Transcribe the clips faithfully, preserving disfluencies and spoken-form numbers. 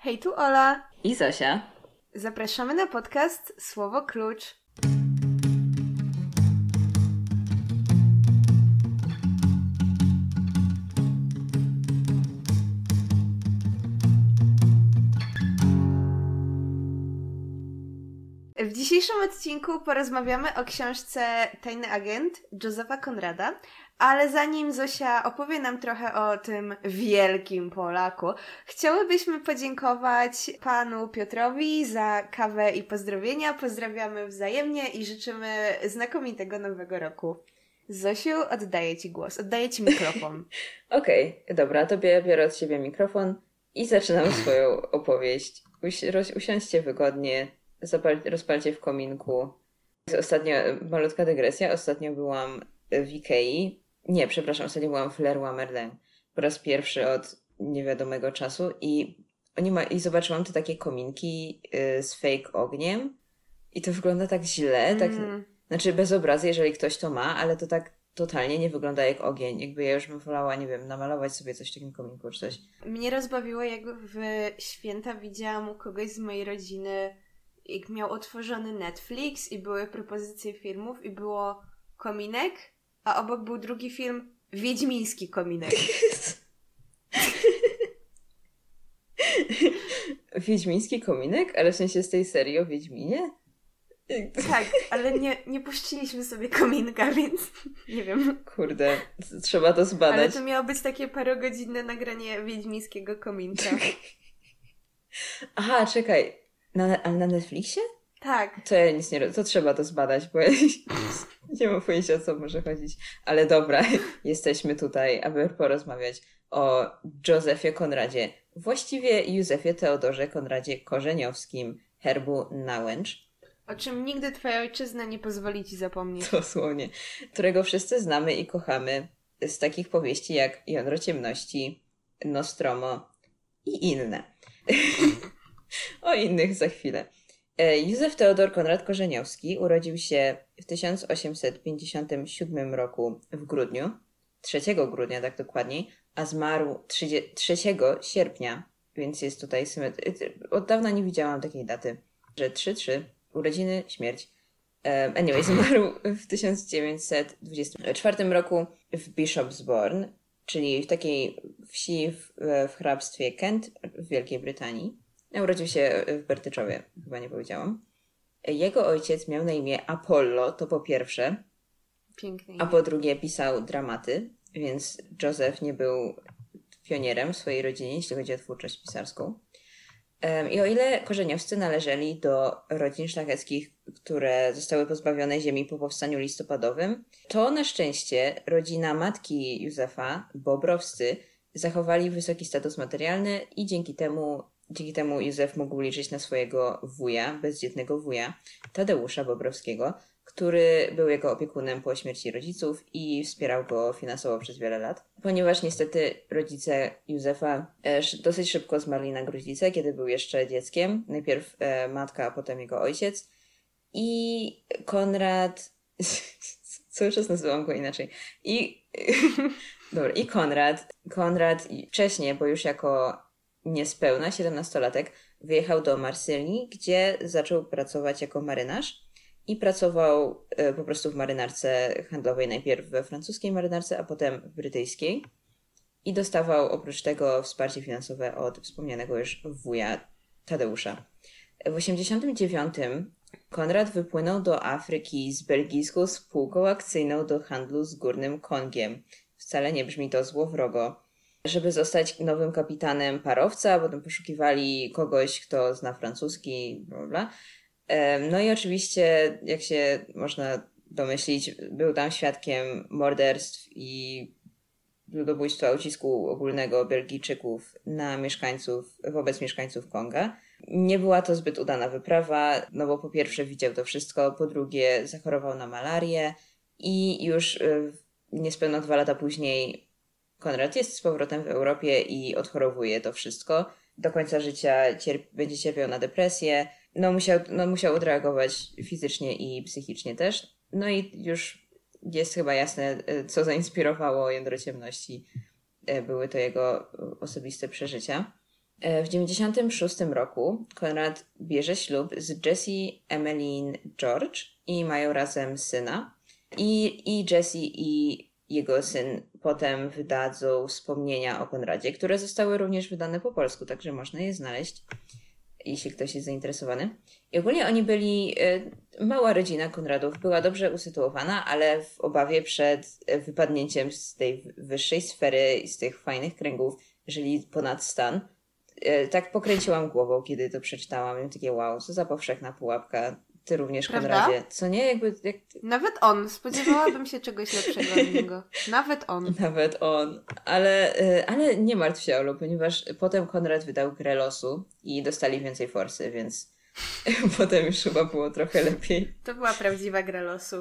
Hej, tu Ola i Zosia. Zapraszamy na podcast Słowo Klucz. W dzisiejszym odcinku porozmawiamy o książce Tajny Agent Josepha Conrada, ale zanim Zosia opowie nam trochę o tym wielkim Polaku, chciałybyśmy podziękować panu Piotrowi za kawę i pozdrowienia. Pozdrawiamy wzajemnie i życzymy znakomitego nowego roku. Zosiu, oddaję ci głos, oddaję ci mikrofon. Okej, okay, dobra, to biorę od siebie mikrofon i zaczynam swoją opowieść. Usi- roz- usiądźcie wygodnie. Zapal- rozpalcie w kominku. Ostatnio, malutka dygresja, ostatnio byłam w Ikei. Nie, przepraszam, ostatnio byłam w Leroy Merlin. Po raz pierwszy od niewiadomego czasu i oni ma- i zobaczyłam te takie kominki y, z fake ogniem i to wygląda tak źle, mm. tak, znaczy bez obrazy, jeżeli ktoś to ma, ale to tak totalnie nie wygląda jak ogień. Jakby ja już bym wolała, nie wiem, namalować sobie coś w takim kominku czy coś. Mnie rozbawiło, jak w święta widziałam u kogoś z mojej rodziny, jak miał otworzony Netflix i były propozycje filmów i było kominek, a obok był drugi film Wiedźmiński kominek. Wiedźmiński kominek? Ale w sensie z tej serii o Wiedźminie? Tak, ale nie, nie puściliśmy sobie kominka, więc nie wiem. Kurde, trzeba to zbadać. Ale to miało być takie parogodzinne nagranie wiedźmińskiego kominka. Aha, czekaj. Na, ale na Netflixie? Tak. To ja nic nie... To trzeba to zbadać, bo ja nie mam pojęcia, o co może chodzić. Ale dobra, jesteśmy tutaj, aby porozmawiać o Josephie Conradzie. Właściwie Józefie Teodorze Conradzie Korzeniowskim, herbu Nałęcz. O czym nigdy twoja ojczyzna nie pozwoli ci zapomnieć. Dosłownie. Którego wszyscy znamy i kochamy z takich powieści jak Jądro Ciemności, Nostromo i inne. O innych za chwilę. Józef Teodor Konrad Korzeniowski urodził się w tysiąc osiemset pięćdziesiątym siódmym roku w grudniu, trzeciego grudnia tak dokładniej, a zmarł trzeciego sierpnia, więc jest tutaj symetry... Od dawna nie widziałam takiej daty, że trzy trzy, urodziny, śmierć. Anyway, zmarł w tysiąc dziewięćset dwudziestym czwartym roku w Bishopsbourne, czyli w takiej wsi w, w hrabstwie Kent w Wielkiej Brytanii. Urodził się w Bertyczowie, chyba nie powiedziałam. Jego ojciec miał na imię Apollo, to po pierwsze. Pięknie. A po drugie pisał dramaty, więc Joseph nie był pionierem w swojej rodzinie, jeśli chodzi o twórczość pisarską. I o ile Korzeniowscy należeli do rodzin szlacheckich, które zostały pozbawione ziemi po powstaniu listopadowym, to na szczęście rodzina matki Józefa, Bobrowscy, zachowali wysoki status materialny i dzięki temu Dzięki temu Józef mógł liczyć na swojego wuja, bezdzietnego wuja, Tadeusza Bobrowskiego, który był jego opiekunem po śmierci rodziców i wspierał go finansowo przez wiele lat. Ponieważ niestety rodzice Józefa dosyć szybko zmarli na gruźlicę, kiedy był jeszcze dzieckiem. Najpierw matka, a potem jego ojciec. I Konrad... Cały czas nazywam go inaczej. I... Dobra, i Konrad. Konrad wcześniej, bo już jako niespełna siedemnastolatek, wyjechał do Marsylii, gdzie zaczął pracować jako marynarz i pracował e, po prostu w marynarce handlowej, najpierw we francuskiej marynarce, a potem w brytyjskiej i dostawał oprócz tego wsparcie finansowe od wspomnianego już wuja Tadeusza. W osiemdziesiątym dziewiątym Konrad wypłynął do Afryki z belgijską spółką akcyjną do handlu z Górnym Kongiem. Wcale nie brzmi to złowrogo. Żeby zostać nowym kapitanem parowca, potem poszukiwali kogoś, kto zna francuski, bla, bla. No i oczywiście, jak się można domyślić, był tam świadkiem morderstw i ludobójstwa, ucisku ogólnego Belgijczyków na mieszkańców, wobec mieszkańców Konga. Nie była to zbyt udana wyprawa, no bo po pierwsze widział to wszystko, po drugie zachorował na malarię i już niespełna dwa lata później Konrad jest z powrotem w Europie i odchorowuje to wszystko. Do końca życia cierp- będzie cierpiał na depresję. No musiał, no musiał odreagować fizycznie i psychicznie też. No i już jest chyba jasne, co zainspirowało Jądro Ciemności. Były to jego osobiste przeżycia. W dziewięćdziesiątym szóstym roku Konrad bierze ślub z Jessie Emmeline George i mają razem syna. I, i Jessie i jego syn potem wydadzą wspomnienia o Konradzie, które zostały również wydane po polsku, także można je znaleźć, jeśli ktoś jest zainteresowany. I ogólnie oni byli, y, mała rodzina Konradów była dobrze usytuowana, ale w obawie przed wypadnięciem z tej wyższej sfery i z tych fajnych kręgów żyli ponad stan. Y, tak pokręciłam głową, kiedy to przeczytałam. I takie wow, co za powszechna pułapka. Ty również, Prawda? Konradzie. Co nie? Jakby, jak... Nawet on. Spodziewałabym się czegoś lepszego od niego. Nawet on. Nawet on. Ale, ale nie martw się, Olu, ponieważ potem Konrad wydał Grę losu i dostali więcej forsy, więc potem już chyba było trochę lepiej. To była prawdziwa gra losu.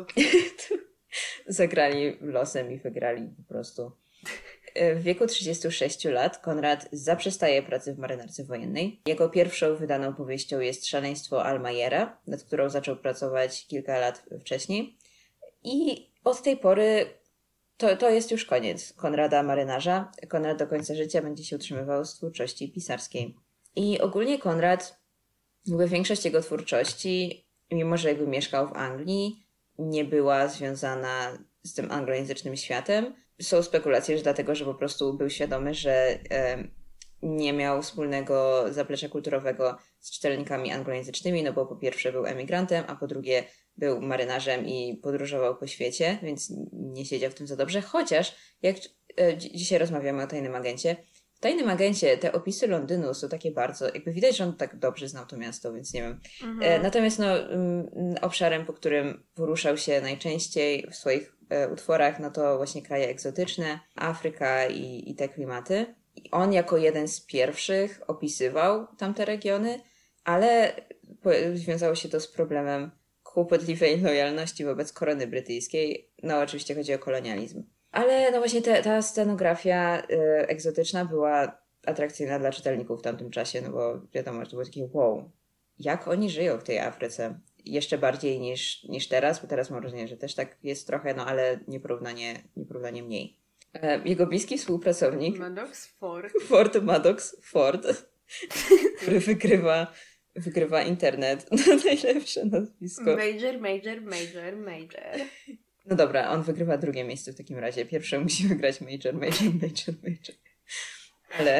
Zagrali losem i wygrali po prostu. W wieku trzydziestu sześciu lat Konrad zaprzestaje pracy w marynarce wojennej. Jego pierwszą wydaną powieścią jest Szaleństwo Almayera, nad którą zaczął pracować kilka lat wcześniej. I od tej pory to, to jest już koniec Konrada marynarza. Konrad do końca życia będzie się utrzymywał z twórczości pisarskiej. I ogólnie Konrad, jakby większość jego twórczości, mimo że jakby mieszkał w Anglii, nie była związana z tym anglojęzycznym światem. Są spekulacje, że dlatego, że po prostu był świadomy, że e, nie miał wspólnego zaplecza kulturowego z czytelnikami anglojęzycznymi, no bo po pierwsze był emigrantem, a po drugie był marynarzem i podróżował po świecie, więc nie siedział w tym za dobrze. Chociaż, jak e, dzisiaj rozmawiamy o Tajnym Agencie, w Tajnym Agencie te opisy Londynu są takie bardzo, jakby widać, że on tak dobrze znał to miasto, więc nie wiem. Mhm. E, natomiast no, m, obszarem, po którym poruszał się najczęściej w swoich e, utworach, no to właśnie kraje egzotyczne, Afryka i, i te klimaty. I on jako jeden z pierwszych opisywał tamte regiony, ale po, związało się to z problemem kłopotliwej lojalności wobec korony brytyjskiej. No oczywiście chodzi o kolonializm. Ale no właśnie te, ta scenografia y, egzotyczna była atrakcyjna dla czytelników w tamtym czasie, no bo wiadomo, że to było takie wow, jak oni żyją w tej Afryce. Jeszcze bardziej niż, niż teraz, bo teraz mam wrażenie, że też tak jest trochę, no ale nieporównanie, nieporównanie mniej. E, jego bliski współpracownik Maddox Ford. Ford Maddox Ford, który wygrywa, wygrywa internet na najlepsze nazwisko. Major, major, major, major. No dobra, on wygrywa drugie miejsce w takim razie. Pierwsze musi wygrać Major, Major, Major, Major. Ale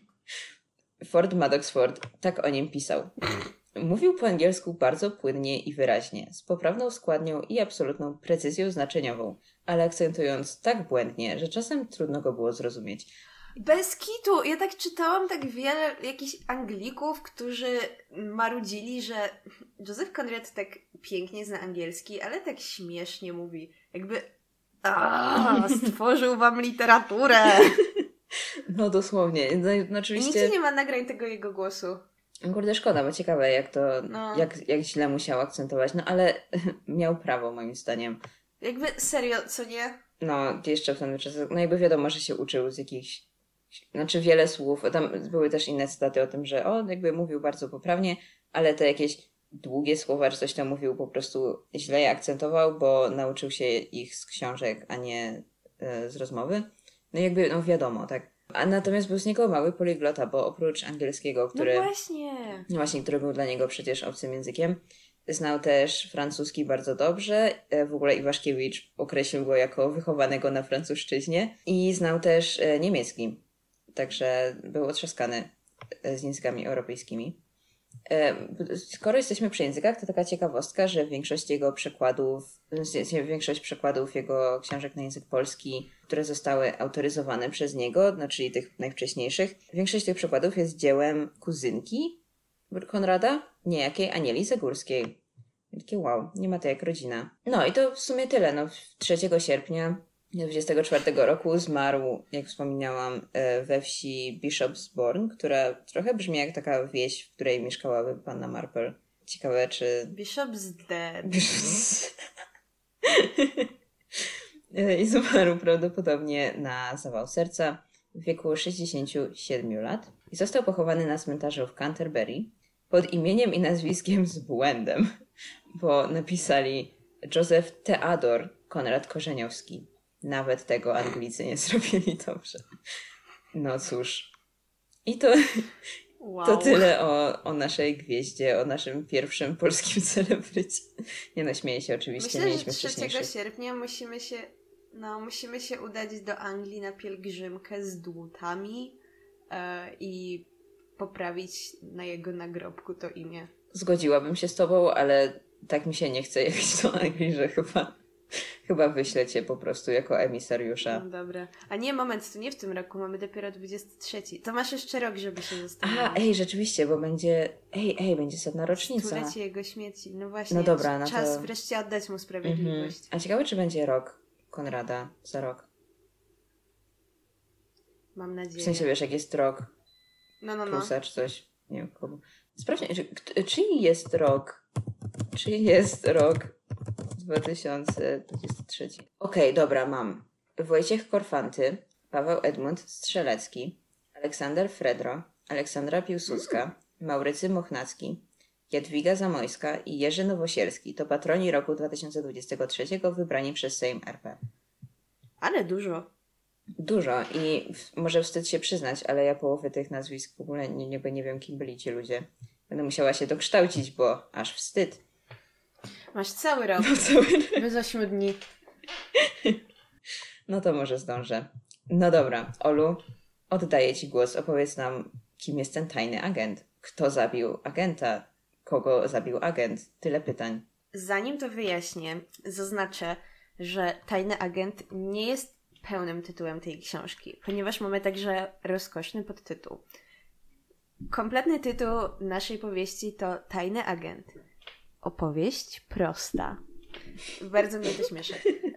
Ford Maddox Ford tak o nim pisał. Mówił po angielsku bardzo płynnie i wyraźnie, z poprawną składnią i absolutną precyzją znaczeniową, ale akcentując tak błędnie, że czasem trudno go było zrozumieć. Bez kitu! Ja tak czytałam tak wiele jakichś Anglików, którzy marudzili, że Joseph Conrad tak pięknie zna angielski, ale tak śmiesznie mówi. Jakby aaa, stworzył wam literaturę! No dosłownie. No, no, oczywiście... I nigdzie nie ma nagrań tego jego głosu. Kurde, szkoda, bo ciekawe jak to, no. jak, jak źle musiał akcentować. No ale miał prawo moim zdaniem. Jakby serio, co nie? No, jeszcze w tamtym czasie, no jakby wiadomo, że się uczył z jakichś, znaczy wiele słów, tam były też inne cytaty o tym, że on jakby mówił bardzo poprawnie, ale te jakieś długie słowa, czy coś tam mówił, po prostu źle je akcentował, bo nauczył się ich z książek, a nie y, z rozmowy. No jakby, no wiadomo, tak. A natomiast był z niego mały poliglota, bo oprócz angielskiego, który... No właśnie. No właśnie, który był dla niego przecież obcym językiem, znał też francuski bardzo dobrze. W ogóle Iwaszkiewicz określił go jako wychowanego na francuszczyźnie. I znał też niemiecki. Także był otrzaskany z językami europejskimi. Skoro jesteśmy przy językach, to taka ciekawostka, że większość jego przekładów, większość przekładów jego książek na język polski, które zostały autoryzowane przez niego, no czyli tych najwcześniejszych, większość tych przekładów jest dziełem kuzynki Konrada, niejakiej Anieli Zagórskiej. Takie wow, nie ma to jak rodzina. No i to w sumie tyle. No, trzeciego sierpnia dwudziestego czwartego roku zmarł, jak wspominałam, we wsi Bishopsbourne, która trochę brzmi jak taka wieś, w której mieszkałaby panna Marple. Ciekawe, czy... Bishop's dead. Bishop's... I zmarł prawdopodobnie na zawał serca w wieku sześćdziesięciu siedmiu lat. I został pochowany na cmentarzu w Canterbury pod imieniem i nazwiskiem z błędem, bo napisali Józef Teodor Konrad Korzeniowski. Nawet tego Anglicy nie zrobili dobrze. No cóż. I to, Wow. To tyle o, o naszej gwieździe, o naszym pierwszym polskim celebrycie. Nie no, śmieję się oczywiście, Myślę, mieliśmy że trzeciego wcześniejszych. sierpnia musimy się, no, musimy się udać do Anglii na pielgrzymkę z dłutami e, i poprawić na jego nagrobku to imię. Zgodziłabym się z tobą, ale tak mi się nie chce jechać do Anglii, że chyba, chyba wyślę cię po prostu jako emisariusza. No dobra. A nie, moment, to nie w tym roku, mamy dopiero dwudziesty trzeci. To masz jeszcze rok, żeby się A, zastanowić. ej, rzeczywiście, bo będzie, ej, ej, będzie setna rocznica. Stulecie jego śmierci. No właśnie. No dobra, no czas to... wreszcie oddać mu Mhm. sprawiedliwość. A ciekawe, czy będzie rok Konrada za rok. Mam nadzieję. W sensie, wiesz, jak jest rok No, no, no. plusa czy coś. Nie wiem, komu. Sprawdźmy, czy, k- czyj jest rok? Czyj jest rok dwa tysiące dwudziesty trzeci? Okej, dobra, mam. Wojciech Korfanty, Paweł Edmund Strzelecki, Aleksander Fredro, Aleksandra Piłsudska, Maurycy Mochnacki, Jadwiga Zamojska i Jerzy Nowosielski to patroni roku dwa tysiące dwudziestego trzeciego wybrani przez Sejm R P. Ale dużo. Dużo i w, może wstyd się przyznać, ale ja połowy tych nazwisk w ogóle nie, nie, nie wiem, kim byli ci ludzie. Będę musiała się dokształcić, bo aż wstyd. Masz cały rok. No, cały... Bez ośmiu dni. no to może zdążę. No dobra, Olu, oddaję ci głos. Opowiedz nam, kim jest ten tajny agent. Kto zabił agenta? Kogo zabił agent? Tyle pytań. Zanim to wyjaśnię, zaznaczę, że Tajny Agent nie jest pełnym tytułem tej książki, ponieważ mamy także rozkoszny podtytuł. Kompletny tytuł naszej powieści to Tajny Agent. Opowieść prosta. Bardzo mnie to śmieszy.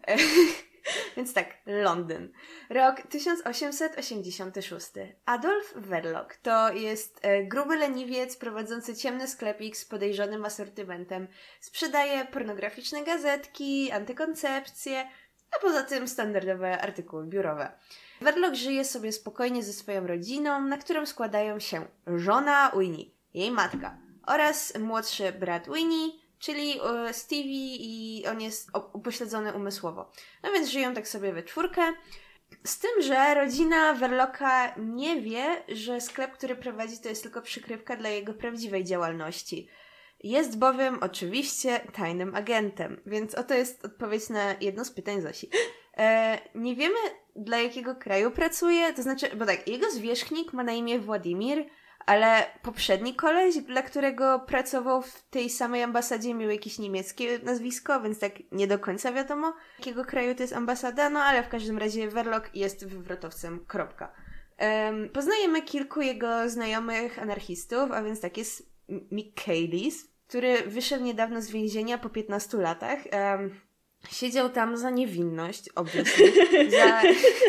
Więc tak, Londyn. Rok tysiąc osiemset osiemdziesiąty szósty. Adolf Verloc to jest e, gruby leniwiec prowadzący ciemny sklepik z podejrzanym asortymentem. Sprzedaje pornograficzne gazetki, antykoncepcje, a poza tym standardowe artykuły biurowe. Verloc żyje sobie spokojnie ze swoją rodziną, na którą składają się żona Winnie, jej matka oraz młodszy brat Winnie, czyli e, Stevie, i on jest upośledzony umysłowo. No więc żyją tak sobie we czwórkę. Z tym, że rodzina Verloca nie wie, że sklep, który prowadzi, to jest tylko przykrywka dla jego prawdziwej działalności. Jest bowiem oczywiście tajnym agentem, więc oto jest odpowiedź na jedno z pytań Zosi. E, nie wiemy, dla jakiego kraju pracuje, to znaczy, bo tak, jego zwierzchnik ma na imię Władimir, ale poprzedni koleś, dla którego pracował w tej samej ambasadzie, miał jakieś niemieckie nazwisko, więc tak nie do końca wiadomo, jakiego kraju to jest ambasada, no ale w każdym razie Verloc jest wywrotowcem, kropka. Um, poznajemy kilku jego znajomych anarchistów, a więc tak jest Michaelis, który wyszedł niedawno z więzienia po piętnastu latach. Um, siedział tam za niewinność, obviously, za...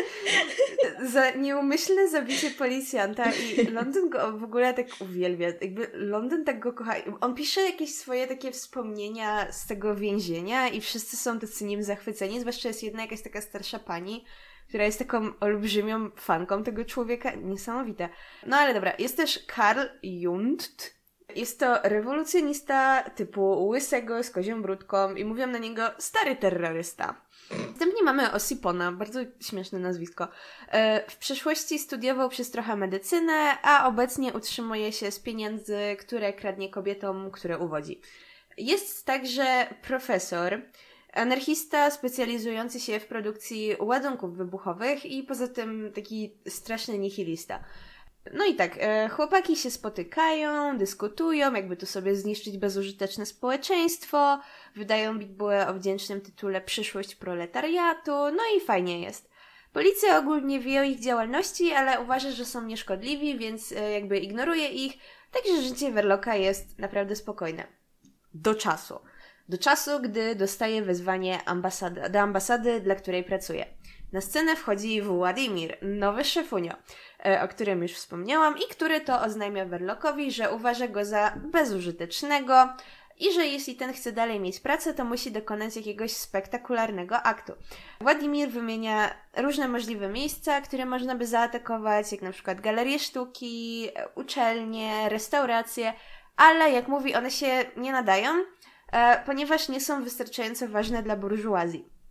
za nieumyślne zabicie policjanta i Londyn go w ogóle tak uwielbia. Jakby Londyn tak go kocha. On pisze jakieś swoje takie wspomnienia z tego więzienia i wszyscy są tacy nim zachwyceni, zwłaszcza jest jedna jakaś taka starsza pani, która jest taką olbrzymią fanką tego człowieka. Niesamowite. No ale dobra, jest też Karl Jundt. Jest to rewolucjonista typu łysego z kozią brudką i mówią na niego stary terrorysta. Następnie mamy Osipona, bardzo śmieszne nazwisko. W przeszłości studiował przez trochę medycynę, a obecnie utrzymuje się z pieniędzy, które kradnie kobietom, które uwodzi. Jest także profesor, anarchista specjalizujący się w produkcji ładunków wybuchowych i poza tym taki straszny nihilista. No i tak, e, chłopaki się spotykają, dyskutują, jakby tu sobie zniszczyć bezużyteczne społeczeństwo, wydają bigbułę o wdzięcznym tytule Przyszłość proletariatu, no i fajnie jest. Policja ogólnie wie o ich działalności, ale uważa, że są nieszkodliwi, więc e, jakby ignoruje ich, także życie Verloca jest naprawdę spokojne. Do czasu. Do czasu, gdy dostaje wezwanie ambasady, do ambasady, dla której pracuje. Na scenę wchodzi Władimir, nowy szefunio, o którym już wspomniałam i który to oznajmia Verlocowi, że uważa go za bezużytecznego i że jeśli ten chce dalej mieć pracę, to musi dokonać jakiegoś spektakularnego aktu. Władimir wymienia różne możliwe miejsca, które można by zaatakować, jak na przykład galerie sztuki, uczelnie, restauracje, ale jak mówi, one się nie nadają, ponieważ nie są wystarczająco ważne dla burżuazji.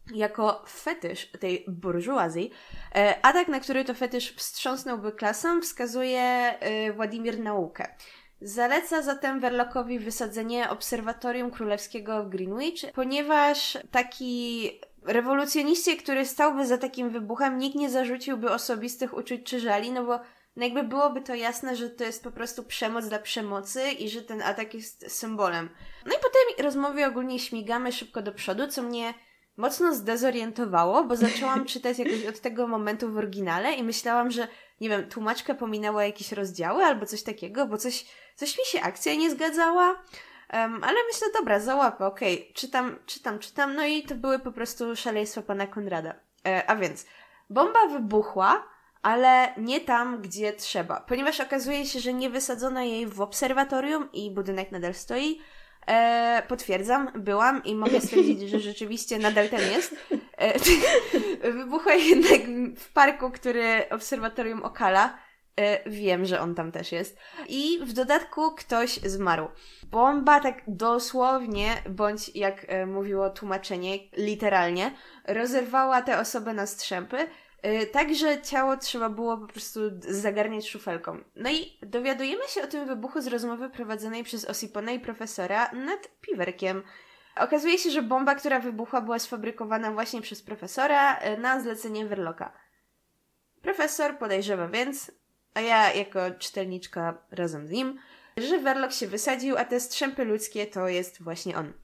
jako fetysz tej burżuazji. Atak, na który to fetysz wstrząsnąłby klasą, wskazuje Władimir Naukę. Zaleca zatem Verlockowi wysadzenie obserwatorium królewskiego w Greenwich, ponieważ taki rewolucjoniście, który stałby za takim wybuchem, nikt nie zarzuciłby osobistych uczuć czy żali, no bo no jakby byłoby to jasne, że to jest po prostu przemoc dla przemocy i że ten atak jest symbolem. No i po tej rozmowie ogólnie śmigamy szybko do przodu, co mnie mocno zdezorientowało, bo zaczęłam czytać jakoś od tego momentu w oryginale i myślałam, że nie wiem, tłumaczka pominęła jakieś rozdziały albo coś takiego, bo coś, coś mi się akcja nie zgadzała, um, ale myślę, dobra, załapę, okej, okay. czytam, czytam, czytam, no i to były po prostu szaleństwa pana Konrada. E, a więc, bomba wybuchła, ale nie tam, gdzie trzeba, ponieważ okazuje się, że nie wysadzono jej w obserwatorium i budynek nadal stoi. E, potwierdzam, byłam i mogę stwierdzić, że rzeczywiście nadal ten jest. E, wybuchła jednak w parku, który obserwatorium okala. E, wiem, że on tam też jest. I w dodatku ktoś zmarł. Bomba tak dosłownie, bądź jak e, mówiło tłumaczenie, literalnie, rozerwała tę osobę na strzępy. Także ciało trzeba było po prostu zagarniać szufelką. No i dowiadujemy się o tym wybuchu z rozmowy prowadzonej przez Ossipona i profesora nad piwerkiem. Okazuje się, że bomba, która wybuchła, była sfabrykowana właśnie przez profesora na zlecenie Verlocka. Profesor podejrzewa więc, a ja jako czytelniczka razem z nim, że Verlock się wysadził, a te strzępy ludzkie to jest właśnie on.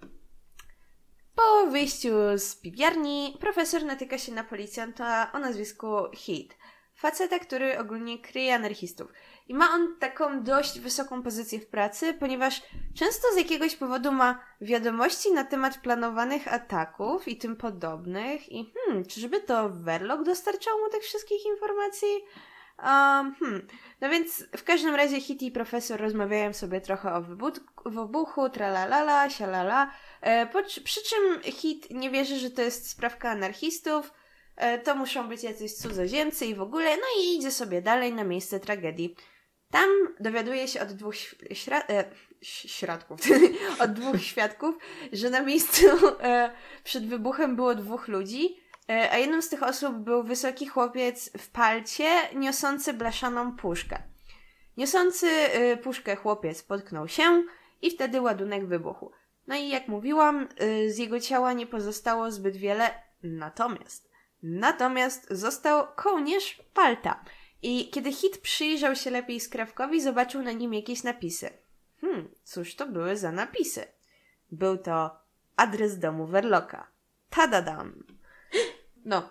Po wyjściu z piwiarni profesor natyka się na policjanta o nazwisku Heath. Faceta, który ogólnie kryje anarchistów. I ma on taką dość wysoką pozycję w pracy, ponieważ często z jakiegoś powodu ma wiadomości na temat planowanych ataków i tym podobnych. I hmm, czyżby to Verlock dostarczał mu tych wszystkich informacji? Um, hmm. No więc w każdym razie Heath i profesor rozmawiają sobie trochę o wybuchu, tralalala, sialala. E, po, przy czym Heath nie wierzy, że to jest sprawka anarchistów, e, to muszą być jacyś cudzoziemcy i w ogóle, no i idzie sobie dalej na miejsce tragedii. Tam dowiaduje się od dwóch śra- e, środków, od dwóch świadków, że na miejscu e, przed wybuchem było dwóch ludzi, a jedną z tych osób był wysoki chłopiec w palcie, niosący blaszaną puszkę. Niosący y, puszkę chłopiec potknął się i wtedy ładunek wybuchł. No i jak mówiłam, y, z jego ciała nie pozostało zbyt wiele, natomiast, natomiast został kołnierz palta. I kiedy Heath przyjrzał się lepiej skrawkowi, zobaczył na nim jakieś napisy. Hmm, cóż to były za napisy? Był to adres domu Verlocka. Tadadam! No.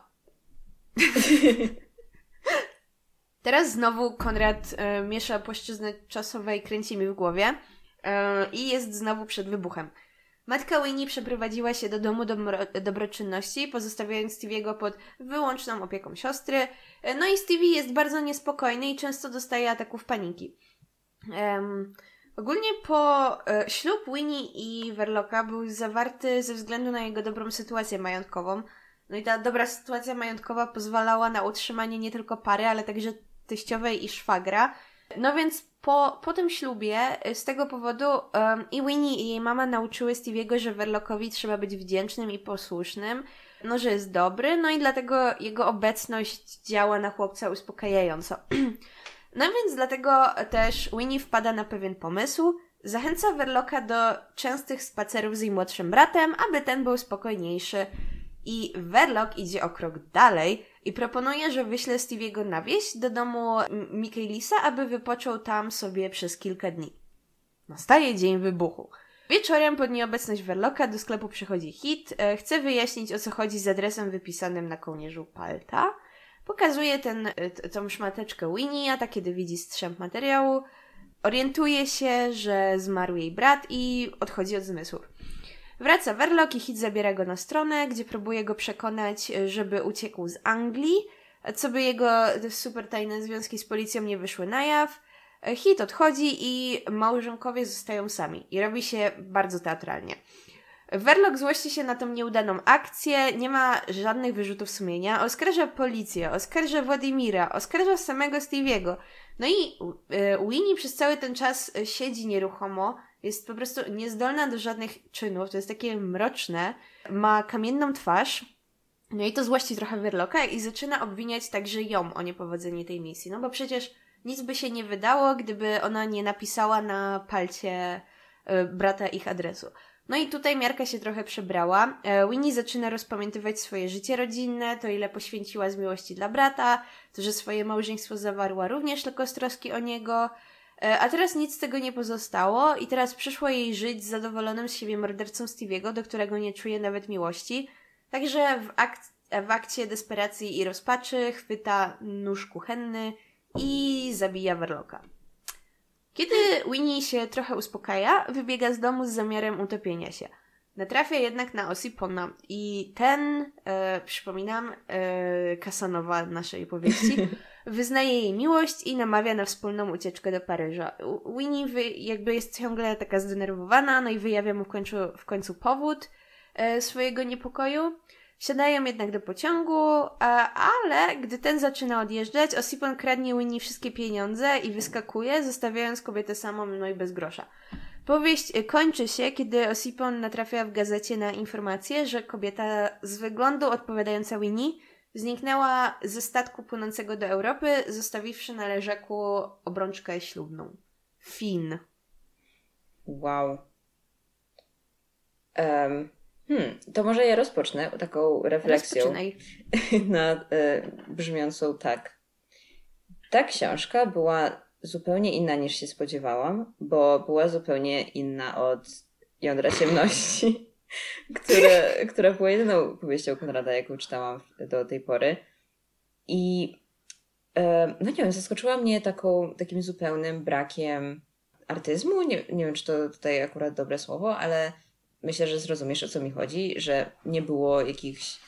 Teraz znowu Konrad e, miesza płaszczyzny czasowe i kręci mi w głowie e, i jest znowu przed wybuchem. Matka Winnie przeprowadziła się do domu dobro- dobroczynności, pozostawiając Stevie'ego pod wyłączną opieką siostry. E, no i Stevie jest bardzo niespokojny i często dostaje ataków paniki. Um, ogólnie po e, ślub Winnie i Verlocka był zawarty ze względu na jego dobrą sytuację majątkową. No i ta dobra sytuacja majątkowa pozwalała na utrzymanie nie tylko pary, ale także teściowej i szwagra. No więc po, po tym ślubie z tego powodu um, i Winnie i jej mama nauczyły Stevie'ego, że Verlockowi trzeba być wdzięcznym i posłusznym, no że jest dobry, no i dlatego jego obecność działa na chłopca uspokajająco. No więc dlatego też Winnie wpada na pewien pomysł, zachęca Verlocka do częstych spacerów z jej młodszym bratem, aby ten był spokojniejszy. I Verlock idzie o krok dalej i proponuje, że wyśle Stevie'ego na wieś do domu Michaelisa, aby wypoczął tam sobie przez kilka dni. Nastaje dzień wybuchu. Wieczorem pod nieobecność Verlocka do sklepu przychodzi Heath, e, chce wyjaśnić, o co chodzi z adresem wypisanym na kołnierzu palta. Pokazuje ten, e, t- tą szmateczkę Winnie, a kiedy widzi strzęp materiału, orientuje się, że zmarł jej brat i odchodzi od zmysłów. Wraca Verlock i Heath zabiera go na stronę, gdzie próbuje go przekonać, żeby uciekł z Anglii, co by jego super tajne związki z policją nie wyszły na jaw. Heath odchodzi i małżonkowie zostają sami i robi się bardzo teatralnie. Verlock złości się na tą nieudaną akcję, nie ma żadnych wyrzutów sumienia, oskarża policję, oskarża Władimira, oskarża samego Stevie'ego. No i Winnie przez cały ten czas siedzi nieruchomo, jest po prostu niezdolna do żadnych czynów, to jest takie mroczne, ma kamienną twarz No i to złości trochę Verlocka i zaczyna obwiniać także ją o niepowodzenie tej misji. No bo przecież nic by się nie wydało, gdyby ona nie napisała na palcie y, brata ich adresu. No i tutaj miarka się trochę przebrała. E, Winnie zaczyna rozpamiętywać swoje życie rodzinne, to ile poświęciła z miłości dla brata, to, że swoje małżeństwo zawarła również tylko z troski o niego. E, a teraz nic z tego nie pozostało i teraz przyszło jej żyć z zadowolonym z siebie mordercą Stevie'ego, do którego nie czuje nawet miłości. Także w, ak- w akcie desperacji i rozpaczy chwyta nóż kuchenny i zabija Verlocka. Kiedy Winnie się trochę uspokaja, wybiega z domu z zamiarem utopienia się. Natrafia jednak na Osipona i ten, e, przypominam, e, Casanova naszej powieści, wyznaje jej miłość i namawia na wspólną ucieczkę do Paryża. Winnie wy, jakby jest ciągle taka zdenerwowana, no i wyjawia mu w końcu, w końcu powód e, swojego niepokoju. Wsiadają jednak do pociągu, a, ale gdy ten zaczyna odjeżdżać, Osipon kradnie Winnie wszystkie pieniądze i wyskakuje, zostawiając kobietę samą, no i bez grosza. Powieść kończy się, kiedy Osipon natrafia w gazecie na informację, że kobieta z wyglądu odpowiadająca Winnie zniknęła ze statku płynącego do Europy, zostawiwszy na leżaku obrączkę ślubną. Fin. Wow. Um. Hmm, to może ja rozpocznę taką refleksją Rozpoczynaj. na, y, brzmiącą tak. Ta książka była zupełnie inna niż się spodziewałam, bo była zupełnie inna od Jądra Ciemności, które, która była jedyną powieścią Konrada, jaką czytałam do tej pory. I y, no nie wiem, zaskoczyła mnie taką, takim zupełnym brakiem artyzmu. Nie, nie wiem, czy to tutaj akurat dobre słowo, ale myślę, że zrozumiesz, o co mi chodzi, że nie było jakichś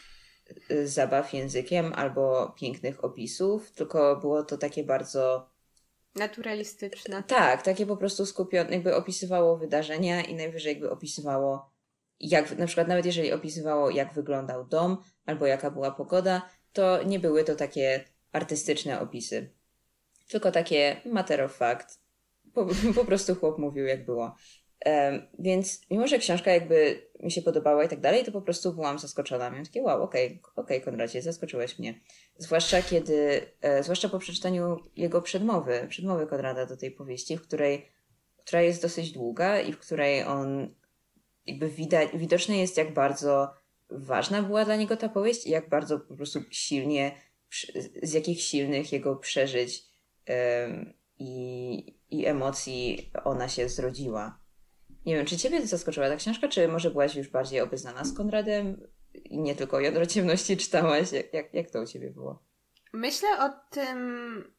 zabaw językiem albo pięknych opisów, tylko było to takie bardzo naturalistyczne. Tak, takie po prostu skupione, jakby opisywało wydarzenia i najwyżej jakby opisywało, jak, na przykład nawet jeżeli opisywało, jak wyglądał dom albo jaka była pogoda, to nie były to takie artystyczne opisy, tylko takie matter of fact. Po, po prostu chłop mówił, jak było. Um, więc mimo, że książka jakby mi się podobała i tak dalej, to po prostu byłam zaskoczona. Miałam takie wow, okej, okay, okej, okay, Konradzie, zaskoczyłeś mnie. Zwłaszcza kiedy, e, zwłaszcza po przeczytaniu jego przedmowy, przedmowy Konrada do tej powieści, w której, która jest dosyć długa i w której on jakby widać, widoczne jest, jak bardzo ważna była dla niego ta powieść i jak bardzo po prostu silnie, z jakich silnych jego przeżyć um, i, i emocji ona się zrodziła. Nie wiem, czy ciebie zaskoczyła ta książka, czy może byłaś już bardziej obeznana z Konradem i nie tylko Jądro Ciemności czytałaś? Jak, jak to u ciebie było? Myślę o tym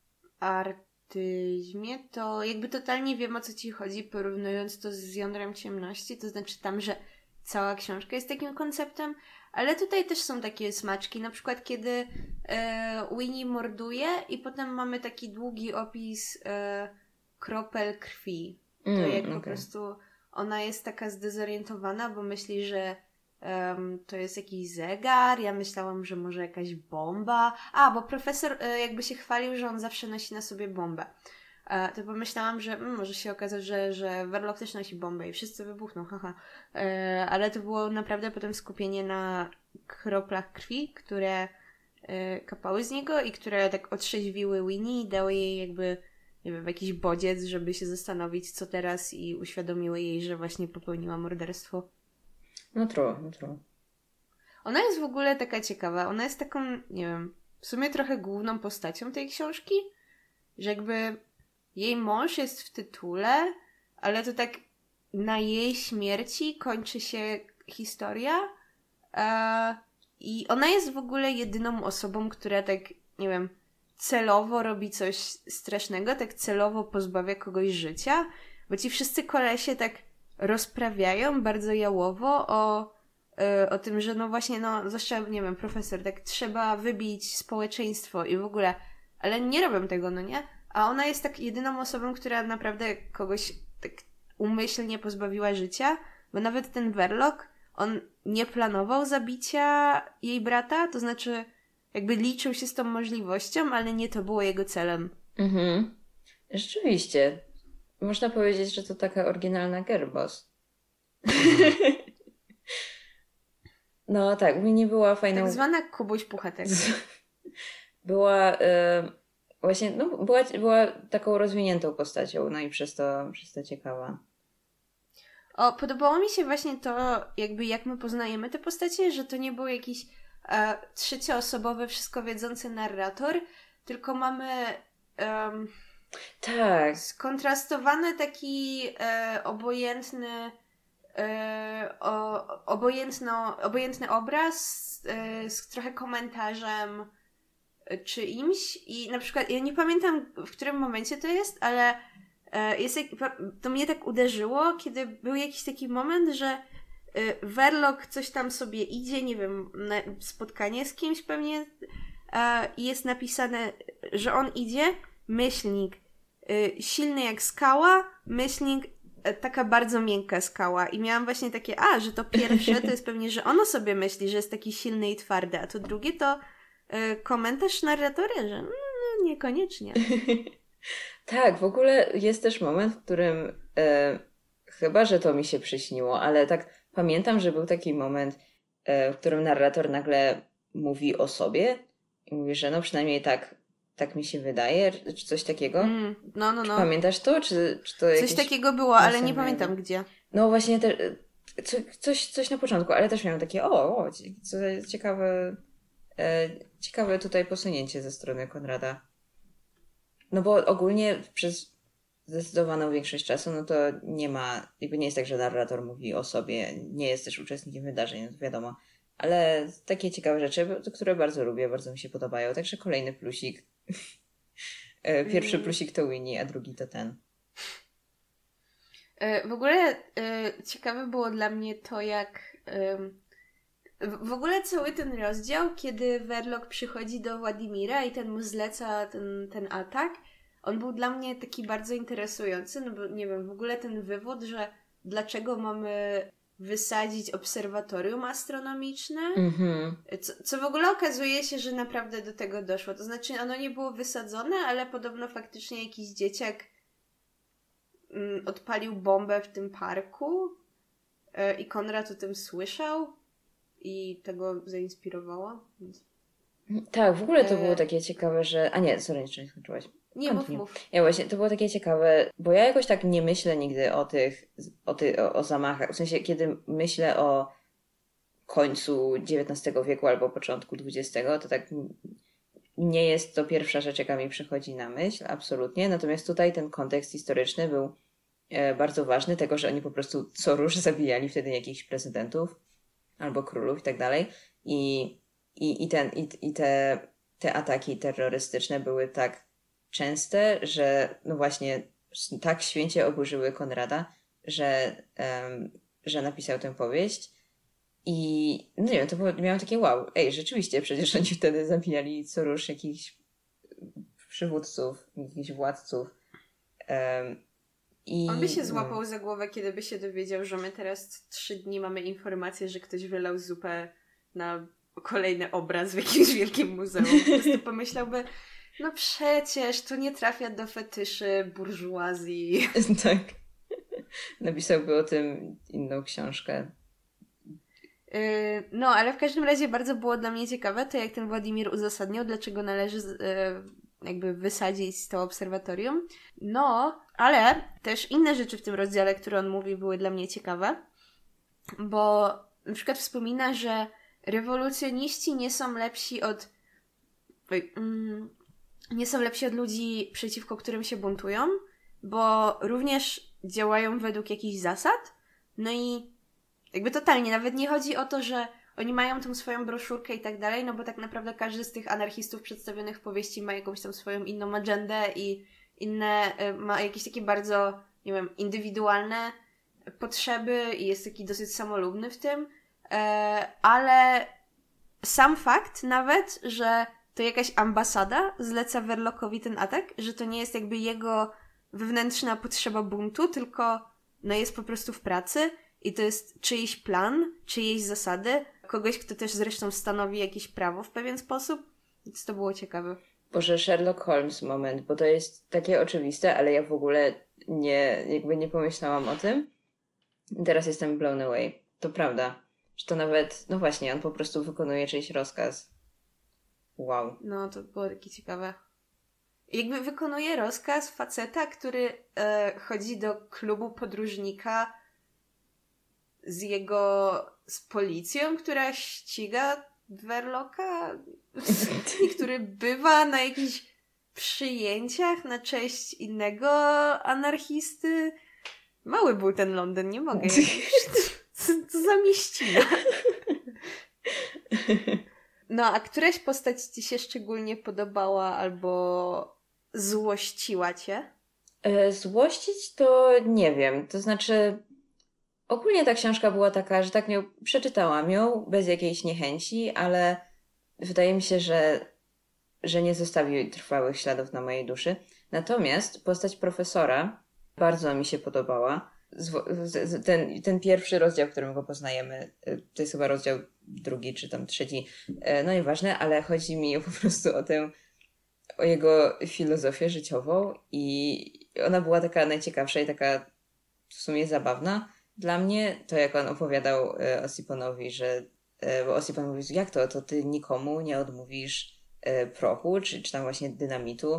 artyzmie, to jakby totalnie wiem, o co ci chodzi, porównując to z Jądrem Ciemności, to znaczy tam, że cała książka jest takim konceptem, ale tutaj też są takie smaczki, na przykład kiedy e, Winnie morduje i potem mamy taki długi opis e, kropel krwi. To Mm, jak okay. po prostu ona jest taka zdezorientowana, bo myśli, że um, to jest jakiś zegar. Ja myślałam, że może jakaś bomba. A, bo profesor e, jakby się chwalił, że on zawsze nosi na sobie bombę. E, to pomyślałam, że mm, może się okazać, że, że Verloc też nosi bombę i wszyscy wybuchną, haha. E, ale to było naprawdę potem skupienie na kroplach krwi, które e, kapały z niego i które tak otrzeźwiły Winnie i dały jej jakby nie wiem, jakiś bodziec, żeby się zastanowić, co teraz i uświadomiły jej, że właśnie popełniła morderstwo. No true, no true. Ona jest w ogóle taka ciekawa. Ona jest taką, nie wiem, w sumie trochę główną postacią tej książki, że jakby jej mąż jest w tytule, ale to tak na jej śmierci kończy się historia e, i ona jest w ogóle jedyną osobą, która tak, nie wiem, celowo robi coś strasznego, tak celowo pozbawia kogoś życia, bo ci wszyscy kolesie tak rozprawiają bardzo jałowo o, yy, o tym, że no właśnie, no zwłaszcza, nie wiem, profesor, tak trzeba wybić społeczeństwo i w ogóle, ale nie robią tego, no nie? A ona jest tak jedyną osobą, która naprawdę kogoś tak umyślnie pozbawiła życia, bo nawet ten Verloc, on nie planował zabicia jej brata, to znaczy jakby liczył się z tą możliwością, ale nie to było jego celem. Mhm. Rzeczywiście. Można powiedzieć, że to taka oryginalna girl boss. No tak, nie była fajną... Tak zwana Kubuś Puchatek. była... Y... Właśnie, no, była, była taką rozwiniętą postacią, no i przez to, przez to ciekawa. O, podobało mi się właśnie to, jakby jak my poznajemy te postacie, że to nie był jakiś e, trzecioosobowy, wszystko wiedzący narrator, tylko mamy um, tak. skontrastowany taki e, obojętny e, o, obojętno, obojętny obraz e, z trochę komentarzem czyimś i na przykład, ja nie pamiętam w którym momencie to jest, ale jest, to mnie tak uderzyło, kiedy był jakiś taki moment, że Verloc coś tam sobie idzie, nie wiem, na spotkanie z kimś pewnie i jest napisane, że on idzie, myślnik, silny jak skała, myślnik, taka bardzo miękka skała i miałam właśnie takie, a, że to pierwsze to jest pewnie, że ono sobie myśli, że jest taki silny i twardy, a to drugie to komentarz narratora, że no, no niekoniecznie. Tak, w ogóle jest też moment, w którym e, chyba, że to mi się przyśniło, ale tak pamiętam, że był taki moment, e, w którym narrator nagle mówi o sobie i mówi, że no przynajmniej tak, tak mi się wydaje, czy coś takiego. Mm, no, no, no. Czy pamiętasz to? Czy, czy to coś jakieś... takiego było, ale nie pamiętam gdzie. No właśnie, te, co, coś, coś na początku, ale też miałam takie, o, o co ciekawe, e, ciekawe tutaj posunięcie ze strony Konrada. No bo ogólnie przez zdecydowaną większość czasu, no to nie ma, jakby nie jest tak, że narrator mówi o sobie, nie jest też uczestnikiem wydarzeń, no wiadomo. Ale takie ciekawe rzeczy, które bardzo lubię, bardzo mi się podobają. Także kolejny plusik. Pierwszy plusik to Winnie, a drugi to ten. W ogóle ciekawe było dla mnie to, jak w ogóle cały ten rozdział, kiedy Verloc przychodzi do Władimira i ten mu zleca ten, ten atak, on był dla mnie taki bardzo interesujący, no bo nie wiem, w ogóle ten wywód, że dlaczego mamy wysadzić obserwatorium astronomiczne, mm-hmm. co, co w ogóle okazuje się, że naprawdę do tego doszło. To znaczy ono nie było wysadzone, ale podobno faktycznie jakiś dzieciak mm, odpalił bombę w tym parku yy, i Konrad o tym słyszał i tego zainspirowało. Więc... Tak, w ogóle to e... było takie ciekawe, że... A nie, sorry, jeszcze nie skończyłaś. Nie, mów, mów. Ja właśnie, to było takie ciekawe, bo ja jakoś tak nie myślę nigdy o tych, o, ty, o, o zamachach. W sensie, kiedy myślę o końcu dziewiętnastego wieku albo początku dwudziestego, to tak nie jest to pierwsza rzecz, jaka mi przychodzi na myśl, absolutnie. Natomiast tutaj ten kontekst historyczny był e, bardzo ważny, tego, że oni po prostu co róż zabijali wtedy jakichś prezydentów albo królów i tak dalej. I, i, i, ten, i, i te, te ataki terrorystyczne były tak częste, że no właśnie tak święcie oburzyły Konrada, że, um, że napisał tę powieść. I no nie wiem, to było, miałam takie wow, ej, rzeczywiście, przecież oni wtedy zabijali co rusz jakichś przywódców, jakichś władców. Um, i, On by się złapał no. za głowę, kiedy by się dowiedział, że my teraz trzy dni mamy informację, że ktoś wylał zupę na kolejny obraz w jakimś wielkim muzeum. Po prostu pomyślałby, no przecież to nie trafia do fetyszy burżuazji. Tak. Napisałby o tym inną książkę. Yy, no, ale w każdym razie bardzo było dla mnie ciekawe to, jak ten Władimir uzasadniał, dlaczego należy yy, jakby wysadzić to obserwatorium. No, ale też inne rzeczy w tym rozdziale, które on mówi, były dla mnie ciekawe, bo na przykład wspomina, że rewolucjoniści nie są lepsi od... Oj, mm, nie są lepsi od ludzi, przeciwko którym się buntują, bo również działają według jakichś zasad. No i jakby totalnie, nawet nie chodzi o to, że oni mają tą swoją broszurkę i tak dalej, no bo tak naprawdę każdy z tych anarchistów przedstawionych w powieści ma jakąś tam swoją inną agendę i inne, ma jakieś takie bardzo, nie wiem, indywidualne potrzeby i jest taki dosyć samolubny w tym, ale sam fakt nawet, że to jakaś ambasada zleca Verlocowi ten atak, że to nie jest jakby jego wewnętrzna potrzeba buntu, tylko no jest po prostu w pracy i to jest czyjś plan, czyjejś zasady, kogoś, kto też zresztą stanowi jakieś prawo w pewien sposób, więc to było ciekawe. Boże, Sherlock Holmes moment, bo to jest takie oczywiste, ale ja w ogóle nie, jakby nie pomyślałam o tym. Teraz jestem blown away. To prawda. że to nawet, no właśnie, on po prostu wykonuje czyjś rozkaz. Wow. No, to było takie ciekawe. Jakby wykonuje rozkaz faceta, który e, chodzi do klubu podróżnika z jego, z policją, która ściga Verlocka i który bywa na jakichś przyjęciach na cześć innego anarchisty. Mały był ten Londyn, nie mogę. Co to za mieścina. No, a któraś postać ci się szczególnie podobała albo złościła cię? E, złościć to nie wiem. To znaczy, ogólnie ta książka była taka, że tak ją przeczytałam ją bez jakiejś niechęci, ale wydaje mi się, że, że nie zostawił trwałych śladów na mojej duszy. Natomiast postać profesora bardzo mi się podobała. Ten, ten pierwszy rozdział, w którym go poznajemy, to jest chyba rozdział drugi czy tam trzeci, no nieważne, ale chodzi mi po prostu o tę, o jego filozofię życiową i ona była taka najciekawsza i taka w sumie zabawna. Dla mnie to, jak on opowiadał Osiponowi, że bo Osipon mówi, jak to, to ty nikomu nie odmówisz prochu, czy, czy tam właśnie dynamitu.